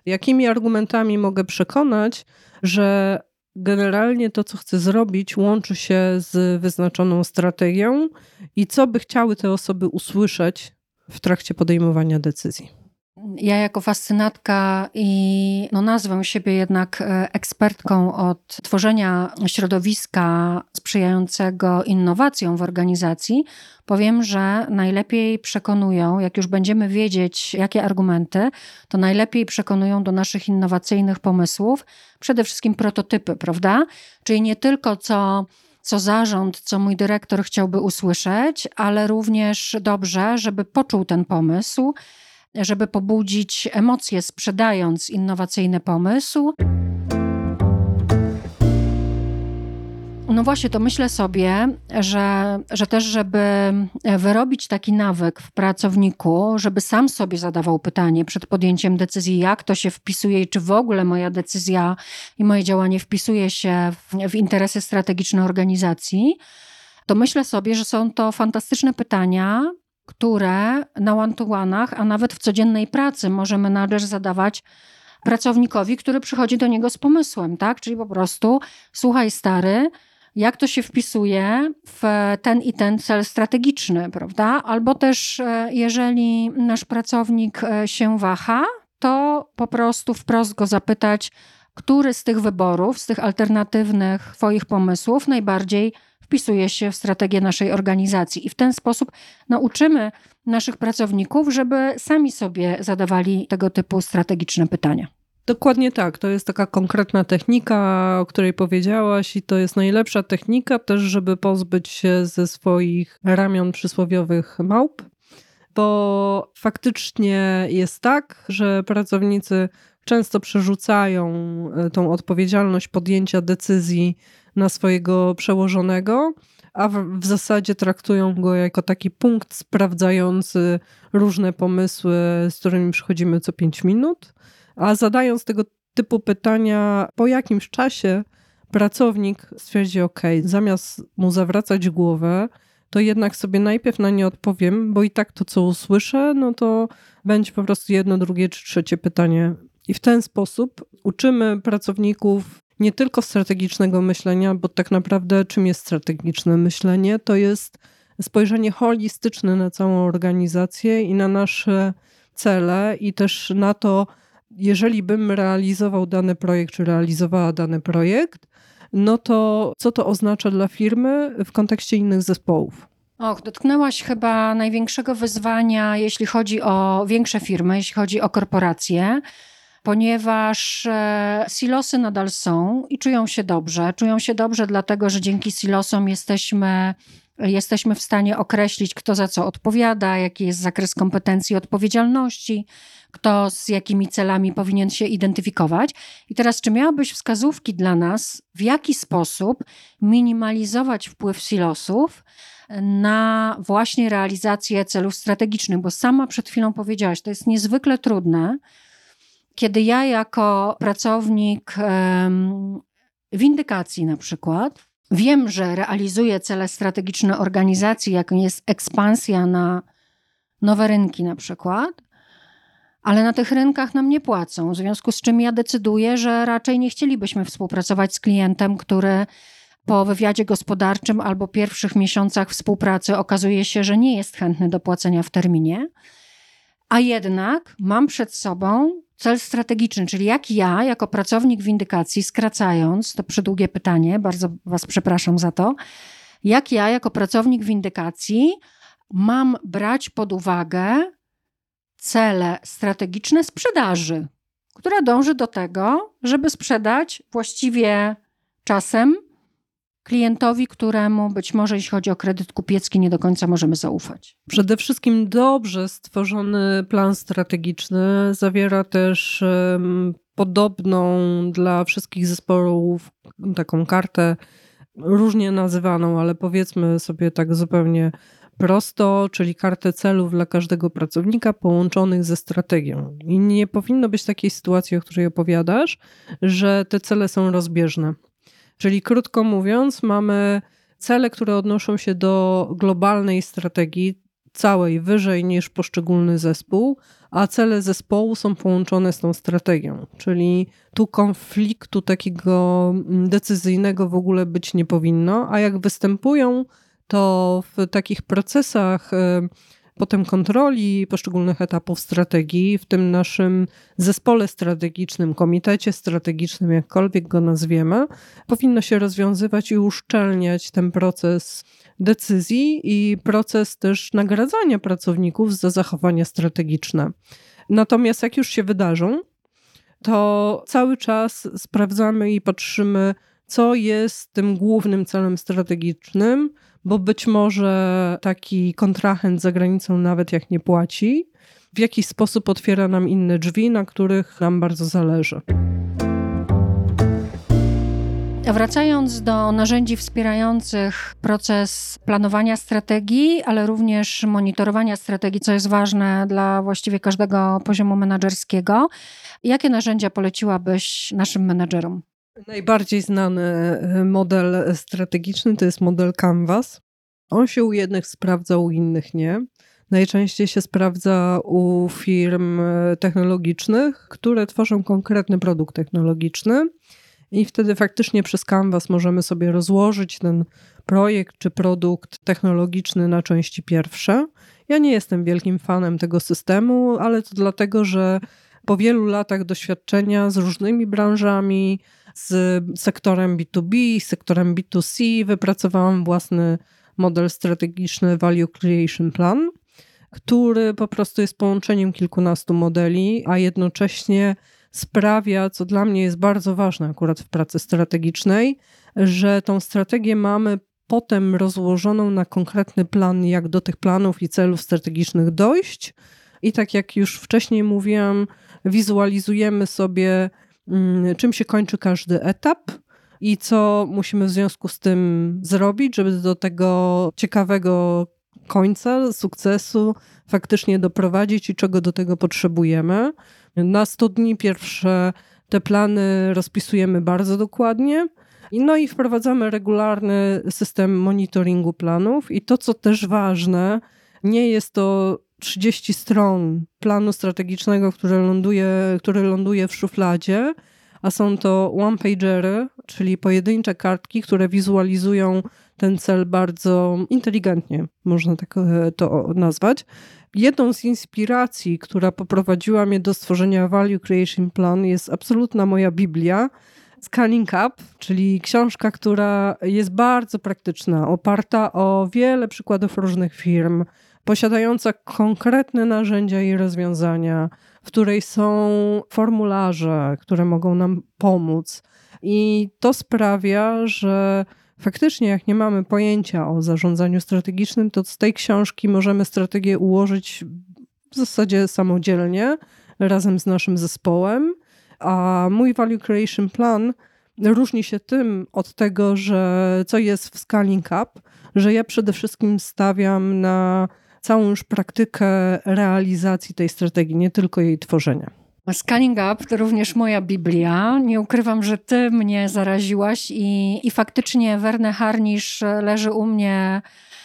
Jakimi argumentami mogę przekonać, że generalnie to, co chcę zrobić, łączy się z wyznaczoną strategią i co by chciały te osoby usłyszeć w trakcie podejmowania decyzji. Ja jako fascynatka i no nazwę siebie jednak ekspertką od tworzenia środowiska sprzyjającego innowacjom w organizacji, powiem, że najlepiej przekonują, jak już będziemy wiedzieć, jakie argumenty, to najlepiej przekonują do naszych innowacyjnych pomysłów przede wszystkim prototypy, prawda? Czyli nie tylko co... co zarząd, co mój dyrektor chciałby usłyszeć, ale również dobrze, żeby poczuł ten pomysł, żeby pobudzić emocje, sprzedając innowacyjny pomysł. No właśnie, to myślę sobie, że, że też, żeby wyrobić taki nawyk w pracowniku, żeby sam sobie zadawał pytanie przed podjęciem decyzji, jak to się wpisuje i czy w ogóle moja decyzja i moje działanie wpisuje się w, w interesy strategiczne organizacji, to myślę sobie, że są to fantastyczne pytania, które na one-to-one'ach, a nawet w codziennej pracy może menadżer zadawać pracownikowi, który przychodzi do niego z pomysłem, tak? Czyli po prostu, słuchaj stary, jak to się wpisuje w ten i ten cel strategiczny, prawda? Albo też jeżeli nasz pracownik się waha, to po prostu wprost go zapytać, który z tych wyborów, z tych alternatywnych twoich pomysłów najbardziej wpisuje się w strategię naszej organizacji. I w ten sposób nauczymy naszych pracowników, żeby sami sobie zadawali tego typu strategiczne pytania. Dokładnie tak. To jest taka konkretna technika, o której powiedziałaś i to jest najlepsza technika też, żeby pozbyć się ze swoich ramion przysłowiowych małp, bo faktycznie jest tak, że pracownicy często przerzucają tą odpowiedzialność podjęcia decyzji na swojego przełożonego, a w, w zasadzie traktują go jako taki punkt sprawdzający różne pomysły, z którymi przychodzimy co pięć minut, a zadając tego typu pytania po jakimś czasie pracownik stwierdzi, ok, zamiast mu zawracać głowę, to jednak sobie najpierw na nie odpowiem, bo i tak to, co usłyszę, no to będzie po prostu jedno, drugie czy trzecie pytanie. I w ten sposób uczymy pracowników nie tylko strategicznego myślenia, bo tak naprawdę czym jest strategiczne myślenie? To jest spojrzenie holistyczne na całą organizację i na nasze cele i też na to, jeżeli bym realizował dany projekt, czy realizowała dany projekt, no to co to oznacza dla firmy w kontekście innych zespołów? Och, dotknęłaś chyba największego wyzwania, jeśli chodzi o większe firmy, jeśli chodzi o korporacje, ponieważ silosy nadal są i czują się dobrze. Czują się dobrze dlatego, że dzięki silosom jesteśmy, jesteśmy w stanie określić, kto za co odpowiada, jaki jest zakres kompetencji i odpowiedzialności, kto z jakimi celami powinien się identyfikować. I teraz, czy miałabyś wskazówki dla nas, w jaki sposób minimalizować wpływ silosów na właśnie realizację celów strategicznych? Bo sama przed chwilą powiedziałaś, to jest niezwykle trudne, kiedy ja jako pracownik windykacji na przykład wiem, że realizuję cele strategiczne organizacji, jaką jest ekspansja na nowe rynki na przykład, ale na tych rynkach nam nie płacą, w związku z czym ja decyduję, że raczej nie chcielibyśmy współpracować z klientem, który po wywiadzie gospodarczym albo pierwszych miesiącach współpracy okazuje się, że nie jest chętny do płacenia w terminie, a jednak mam przed sobą cel strategiczny, czyli jak ja, jako pracownik windykacji, skracając, to przydługie pytanie, bardzo was przepraszam za to, jak ja, jako pracownik windykacji, mam brać pod uwagę cele strategiczne sprzedaży, która dąży do tego, żeby sprzedać właściwie czasem klientowi, któremu być może, jeśli chodzi o kredyt kupiecki, nie do końca możemy zaufać. Przede wszystkim dobrze stworzony plan strategiczny zawiera też um, podobną dla wszystkich zespołów taką kartę, różnie nazywaną, ale powiedzmy sobie tak zupełnie prosto, czyli kartę celów dla każdego pracownika połączonych ze strategią. I nie powinno być takiej sytuacji, o której opowiadasz, że te cele są rozbieżne. Czyli krótko mówiąc, mamy cele, które odnoszą się do globalnej strategii, całej wyżej niż poszczególny zespół, a cele zespołu są połączone z tą strategią. Czyli tu konfliktu takiego decyzyjnego w ogóle być nie powinno, a jak występują, to w takich procesach potem kontroli poszczególnych etapów strategii, w tym naszym zespole strategicznym, komitecie strategicznym, jakkolwiek go nazwiemy, powinno się rozwiązywać i uszczelniać ten proces decyzji i proces też nagradzania pracowników za zachowania strategiczne. Natomiast jak już się wydarzą, to cały czas sprawdzamy i patrzymy, co jest tym głównym celem strategicznym, bo być może taki kontrahent za granicą nawet jak nie płaci, w jakiś sposób otwiera nam inne drzwi, na których nam bardzo zależy. Wracając do narzędzi wspierających proces planowania strategii, ale również monitorowania strategii, co jest ważne dla właściwie każdego poziomu menedżerskiego, jakie narzędzia poleciłabyś naszym menedżerom? Najbardziej znany model strategiczny to jest model Canvas. On się u jednych sprawdza, u innych nie. Najczęściej się sprawdza u firm technologicznych, które tworzą konkretny produkt technologiczny i wtedy faktycznie przez Canvas możemy sobie rozłożyć ten projekt czy produkt technologiczny na części pierwsze. Ja nie jestem wielkim fanem tego systemu, ale to dlatego, że po wielu latach doświadczenia z różnymi branżami, z sektorem B dwa B, z sektorem B dwa C wypracowałam własny model strategiczny Value Creation Plan, który po prostu jest połączeniem kilkunastu modeli, a jednocześnie sprawia, co dla mnie jest bardzo ważne akurat w pracy strategicznej, że tą strategię mamy potem rozłożoną na konkretny plan, jak do tych planów i celów strategicznych dojść. I tak jak już wcześniej mówiłam, wizualizujemy sobie, czym się kończy każdy etap i co musimy w związku z tym zrobić, żeby do tego ciekawego końca, sukcesu faktycznie doprowadzić i czego do tego potrzebujemy. Na sto dni pierwsze te plany rozpisujemy bardzo dokładnie. No i wprowadzamy regularny system monitoringu planów i to, co też ważne, nie jest to trzydzieści stron planu strategicznego, który ląduje, który ląduje w szufladzie, a są to one-pagery, czyli pojedyncze kartki, które wizualizują ten cel bardzo inteligentnie, można tak to nazwać. Jedną z inspiracji, która poprowadziła mnie do stworzenia Value Creation Plan, jest absolutna moja Biblia, Scaling Up, czyli książka, która jest bardzo praktyczna, oparta o wiele przykładów różnych firm, posiadająca konkretne narzędzia i rozwiązania, w której są formularze, które mogą nam pomóc. I to sprawia, że faktycznie jak nie mamy pojęcia o zarządzaniu strategicznym, to z tej książki możemy strategię ułożyć w zasadzie samodzielnie, razem z naszym zespołem. A mój Value Creation Plan różni się tym od tego, że co jest w Scaling Up, że ja przede wszystkim stawiam na całą już praktykę realizacji tej strategii, nie tylko jej tworzenia. Scaling Up to również moja Biblia. Nie ukrywam, że ty mnie zaraziłaś i, i faktycznie Verne Harnisch leży u mnie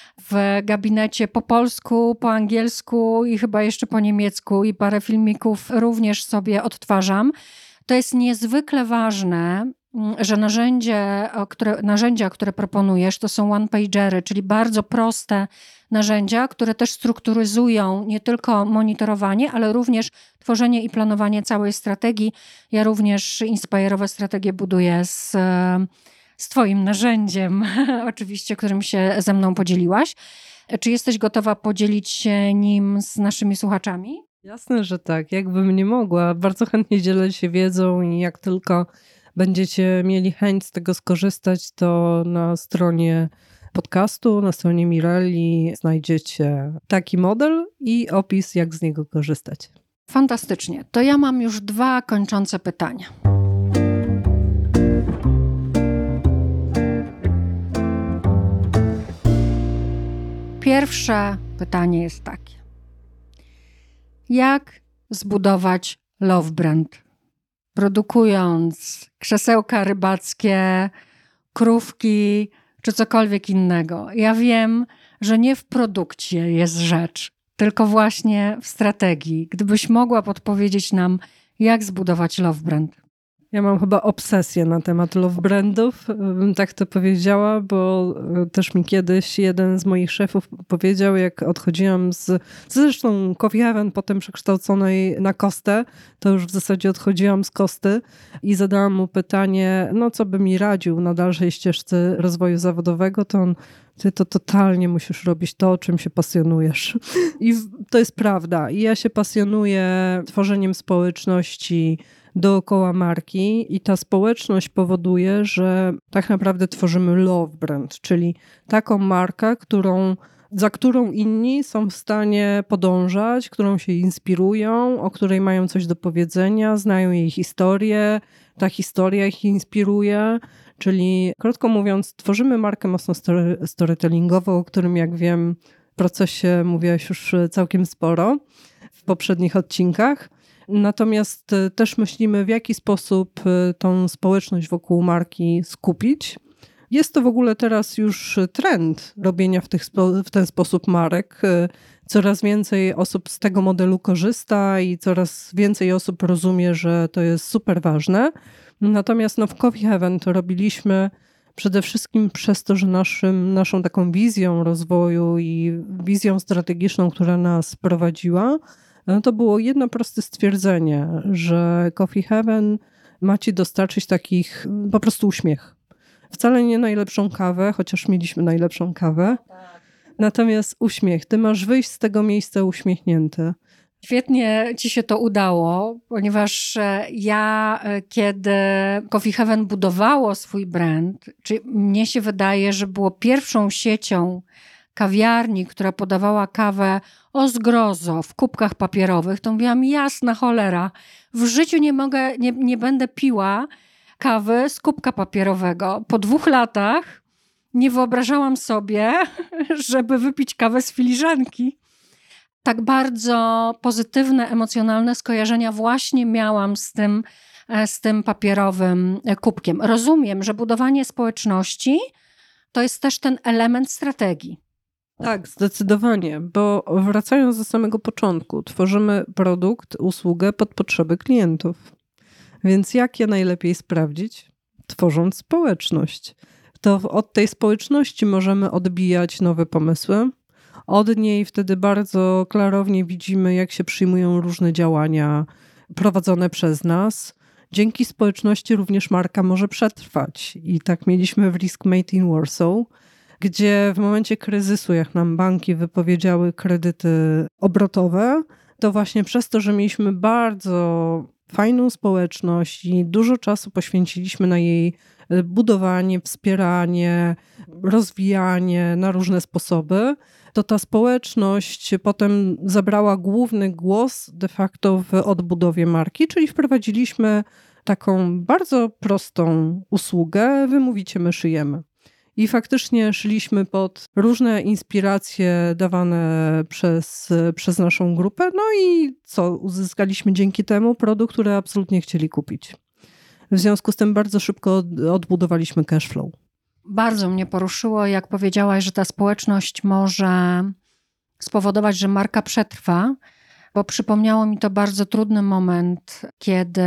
w gabinecie po polsku, po angielsku i chyba jeszcze po niemiecku i parę filmików również sobie odtwarzam. To jest niezwykle ważne, że narzędzie, które, narzędzia, które proponujesz, to są one-pagery, czyli bardzo proste narzędzia, które też strukturyzują nie tylko monitorowanie, ale również tworzenie i planowanie całej strategii. Ja również Inspire'owe strategie buduję z, z twoim narzędziem, oczywiście, którym się ze mną podzieliłaś. Czy jesteś gotowa podzielić się nim z naszymi słuchaczami? Jasne, że tak. Jakbym nie mogła. Bardzo chętnie dzielę się wiedzą i jak tylko będziecie mieli chęć z tego skorzystać, to na stronie podcastu, na stronie Mirelli znajdziecie taki model i opis, jak z niego korzystać. Fantastycznie. To ja mam już dwa kończące pytania. Pierwsze pytanie jest takie. Jak zbudować love brand? Produkując krzesełka rybackie, krówki czy cokolwiek innego. Ja wiem, że nie w produkcie jest rzecz, tylko właśnie w strategii. Gdybyś mogła podpowiedzieć nam, jak zbudować love brand. Ja mam chyba obsesję na temat love brandów, bym tak to powiedziała, bo też mi kiedyś jeden z moich szefów powiedział, jak odchodziłam z, zresztą Coffee Heaven, potem przekształconej na Kostę, to już w zasadzie odchodziłam z Kosty i zadałam mu pytanie, no co by mi radził na dalszej ścieżce rozwoju zawodowego, to on ty to totalnie musisz robić to, czym się pasjonujesz. I to jest prawda. I ja się pasjonuję tworzeniem społeczności dookoła marki i ta społeczność powoduje, że tak naprawdę tworzymy love brand, czyli taką markę, którą, za którą inni są w stanie podążać, którą się inspirują, o której mają coś do powiedzenia, znają jej historię, ta historia ich inspiruje. Czyli krótko mówiąc, tworzymy markę mocno story, storytellingową, o którym jak wiem w procesie mówiłaś już całkiem sporo w poprzednich odcinkach. Natomiast też myślimy, w jaki sposób tą społeczność wokół marki skupić. Jest to w ogóle teraz już trend robienia w, tych, w ten sposób marek. Coraz więcej osób z tego modelu korzysta i coraz więcej osób rozumie, że to jest super ważne. Natomiast no, w Coffee Heaven to robiliśmy przede wszystkim przez to, że naszym, naszą taką wizją rozwoju i wizją strategiczną, która nas prowadziła, no to było jedno proste stwierdzenie, że Coffee Heaven ma ci dostarczyć takich po prostu uśmiech. Wcale nie najlepszą kawę, chociaż mieliśmy najlepszą kawę. Natomiast uśmiech. Ty masz wyjść z tego miejsca uśmiechnięty. Świetnie ci się to udało, ponieważ ja, kiedy Coffee Heaven budowało swój brand, czy mnie się wydaje, że było pierwszą siecią kawiarni, która podawała kawę o zgrozo w kubkach papierowych, to mówiłam, jasna cholera, w życiu nie mogę, nie, nie będę piła kawy z kubka papierowego. Po dwóch latach nie wyobrażałam sobie, żeby wypić kawę z filiżanki. Tak bardzo pozytywne, emocjonalne skojarzenia właśnie miałam z tym, z tym papierowym kubkiem. Rozumiem, że budowanie społeczności to jest też ten element strategii. Tak, zdecydowanie, bo wracając do samego początku, tworzymy produkt, usługę pod potrzeby klientów. Więc jak je najlepiej sprawdzić? Tworząc społeczność. To od tej społeczności możemy odbijać nowe pomysły. Od niej wtedy bardzo klarownie widzimy, jak się przyjmują różne działania prowadzone przez nas. Dzięki społeczności również marka może przetrwać. I tak mieliśmy w Risk Made in Warsaw, gdzie w momencie kryzysu, jak nam banki wypowiedziały kredyty obrotowe, to właśnie przez to, że mieliśmy bardzo fajną społeczność i dużo czasu poświęciliśmy na jej budowanie, wspieranie, rozwijanie na różne sposoby, to ta społeczność potem zabrała główny głos de facto w odbudowie marki, czyli wprowadziliśmy taką bardzo prostą usługę, wy mówicie, my szyjemy. I faktycznie szliśmy pod różne inspiracje dawane przez, przez naszą grupę, no i co? Uzyskaliśmy dzięki temu produkt, który absolutnie chcieli kupić. W związku z tym bardzo szybko odbudowaliśmy cash flow. Bardzo mnie poruszyło, jak powiedziałaś, że ta społeczność może spowodować, że marka przetrwa, bo przypomniało mi to bardzo trudny moment, kiedy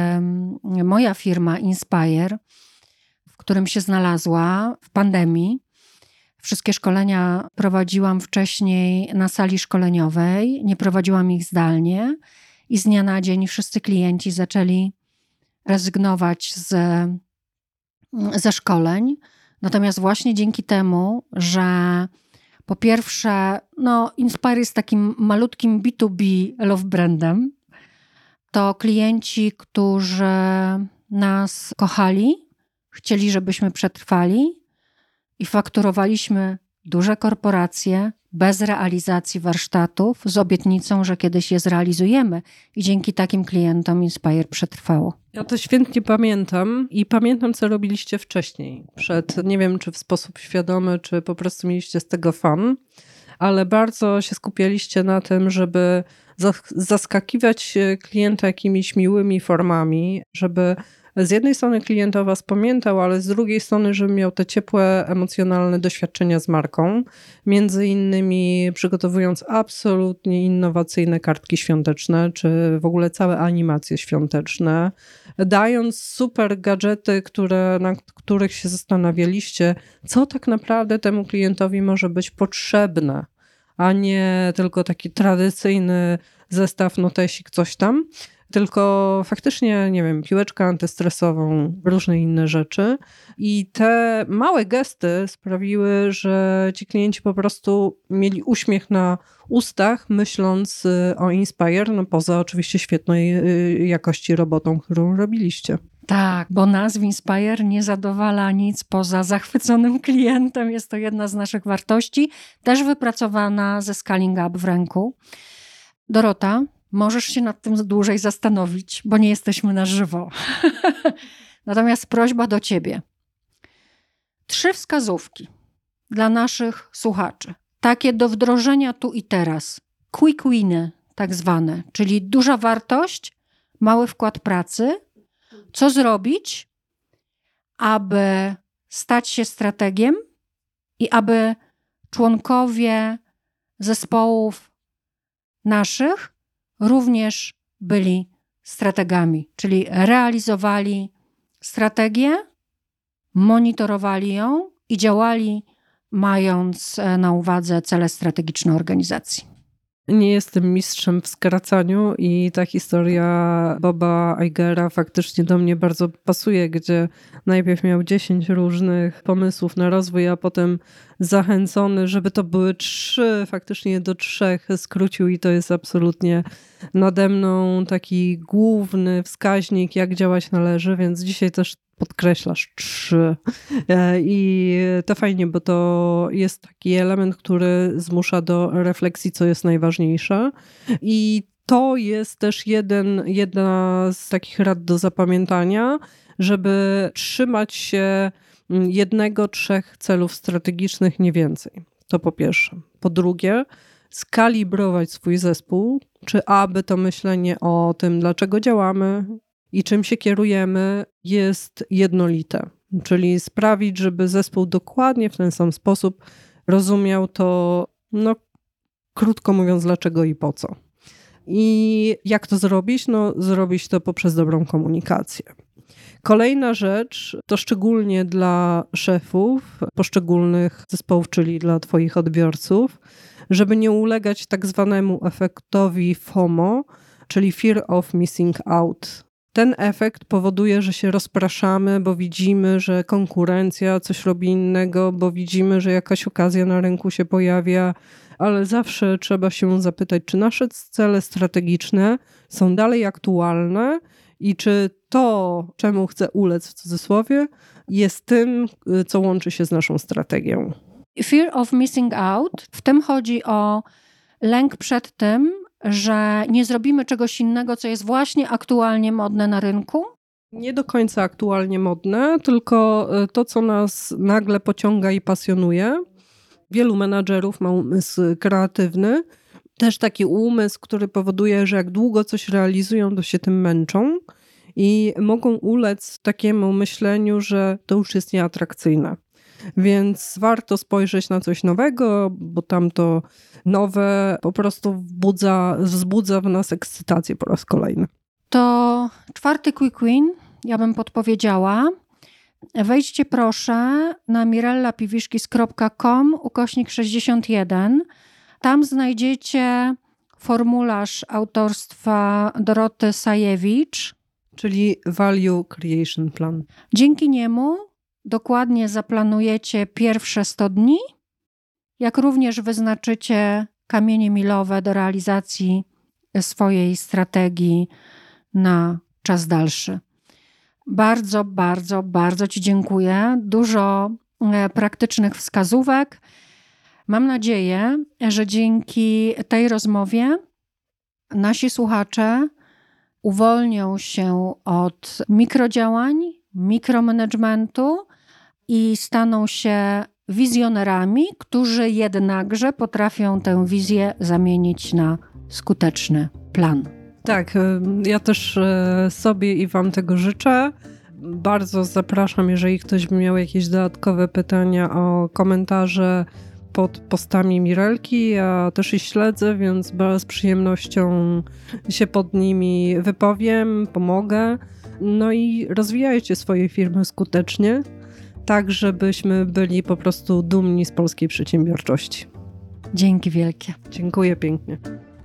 moja firma Inspire, w którym się znalazła w pandemii, wszystkie szkolenia prowadziłam wcześniej na sali szkoleniowej, nie prowadziłam ich zdalnie i z dnia na dzień wszyscy klienci zaczęli rezygnować z, ze szkoleń. Natomiast właśnie dzięki temu, że po pierwsze, no Inspire jest takim malutkim B dwa B love brandem, to klienci, którzy nas kochali, chcieli, żebyśmy przetrwali i fakturowaliśmy duże korporacje bez realizacji warsztatów z obietnicą, że kiedyś je zrealizujemy. I dzięki takim klientom Inspire przetrwało. Ja to świetnie pamiętam i pamiętam, co robiliście wcześniej. Przed, nie wiem, czy w sposób świadomy, czy po prostu mieliście z tego fan, ale bardzo się skupialiście na tym, żeby zaskakiwać klienta jakimiś miłymi formami, żeby z jednej strony klient o was pamiętał, ale z drugiej strony, żeby miał te ciepłe, emocjonalne doświadczenia z marką. Między innymi przygotowując absolutnie innowacyjne kartki świąteczne, czy w ogóle całe animacje świąteczne, dając super gadżety, które, na których się zastanawialiście, co tak naprawdę temu klientowi może być potrzebne, a nie tylko taki tradycyjny zestaw, notesik, coś tam, tylko faktycznie, nie wiem, piłeczkę antystresową, różne inne rzeczy. I te małe gesty sprawiły, że ci klienci po prostu mieli uśmiech na ustach, myśląc o Inspire, no poza oczywiście świetnej jakości robotą, którą robiliście. Tak, bo nas w Inspire nie zadowala nic poza zachwyconym klientem. Jest to jedna z naszych wartości, też wypracowana ze Scaling Up w ręku. Dorota, możesz się nad tym dłużej zastanowić, bo nie jesteśmy na żywo. Natomiast prośba do ciebie. Trzy wskazówki dla naszych słuchaczy. Takie do wdrożenia tu i teraz. Quick winy tak zwane, czyli duża wartość, mały wkład pracy. Co zrobić, aby stać się strategiem i aby członkowie zespołów naszych również byli strategami, czyli realizowali strategię, monitorowali ją i działali, mając na uwadze cele strategiczne organizacji. Nie jestem mistrzem w skracaniu i ta historia Boba Igera faktycznie do mnie bardzo pasuje, gdzie najpierw miał dziesięć różnych pomysłów na rozwój, a potem zachęcony, żeby to były trzy, faktycznie do trzech skrócił i to jest absolutnie nade mną taki główny wskaźnik, jak działać należy, więc dzisiaj też podkreślasz trzy. I to fajnie, bo to jest taki element, który zmusza do refleksji, co jest najważniejsze. I to jest też jeden, jedna z takich rad do zapamiętania, żeby trzymać się jednego, trzech celów strategicznych, nie więcej. To po pierwsze. Po drugie, skalibrować swój zespół, czy aby to myślenie o tym, dlaczego działamy, i czym się kierujemy, jest jednolite. Czyli sprawić, żeby zespół dokładnie w ten sam sposób rozumiał to, no krótko mówiąc, dlaczego i po co. I jak to zrobić? No zrobić to poprzez dobrą komunikację. Kolejna rzecz, to szczególnie dla szefów poszczególnych zespołów, czyli dla twoich odbiorców, żeby nie ulegać tak zwanemu efektowi FOMO, czyli Fear of Missing Out. Ten efekt powoduje, że się rozpraszamy, bo widzimy, że konkurencja coś robi innego, bo widzimy, że jakaś okazja na rynku się pojawia, ale zawsze trzeba się zapytać, czy nasze cele strategiczne są dalej aktualne i czy to, czemu chcę ulec w cudzysłowie, jest tym, co łączy się z naszą strategią. Fear of missing out, w tym chodzi o lęk przed tym, że nie zrobimy czegoś innego, co jest właśnie aktualnie modne na rynku? Nie do końca aktualnie modne, tylko to, co nas nagle pociąga i pasjonuje. Wielu menadżerów ma umysł kreatywny, też taki umysł, który powoduje, że jak długo coś realizują, to się tym męczą i mogą ulec takiemu myśleniu, że to już jest nieatrakcyjne. Więc warto spojrzeć na coś nowego, bo tamto nowe po prostu wzbudza, wzbudza w nas ekscytację po raz kolejny. To czwarty quick win, ja bym podpowiedziała. Wejdźcie proszę na mirellapiwiszkis kropka com ukośnik sześćdziesiąt jeden. Tam znajdziecie formularz autorstwa Doroty Sajewicz. Czyli Value Creation Plan. Dzięki niemu dokładnie zaplanujecie pierwsze sto dni, jak również wyznaczycie kamienie milowe do realizacji swojej strategii na czas dalszy. Bardzo, bardzo, bardzo Ci dziękuję. Dużo praktycznych wskazówek. Mam nadzieję, że dzięki tej rozmowie nasi słuchacze uwolnią się od mikrodziałań, mikromanagementu i staną się wizjonerami, którzy jednakże potrafią tę wizję zamienić na skuteczny plan. Tak, ja też sobie i Wam tego życzę. bardzo zapraszam, jeżeli ktoś by miał jakieś dodatkowe pytania, o komentarze pod postami Mirelki. Ja też ich śledzę, więc z przyjemnością się pod nimi wypowiem, pomogę. No i rozwijajcie swoje firmy skutecznie, tak żebyśmy byli po prostu dumni z polskiej przedsiębiorczości. Dzięki wielkie. Dziękuję pięknie.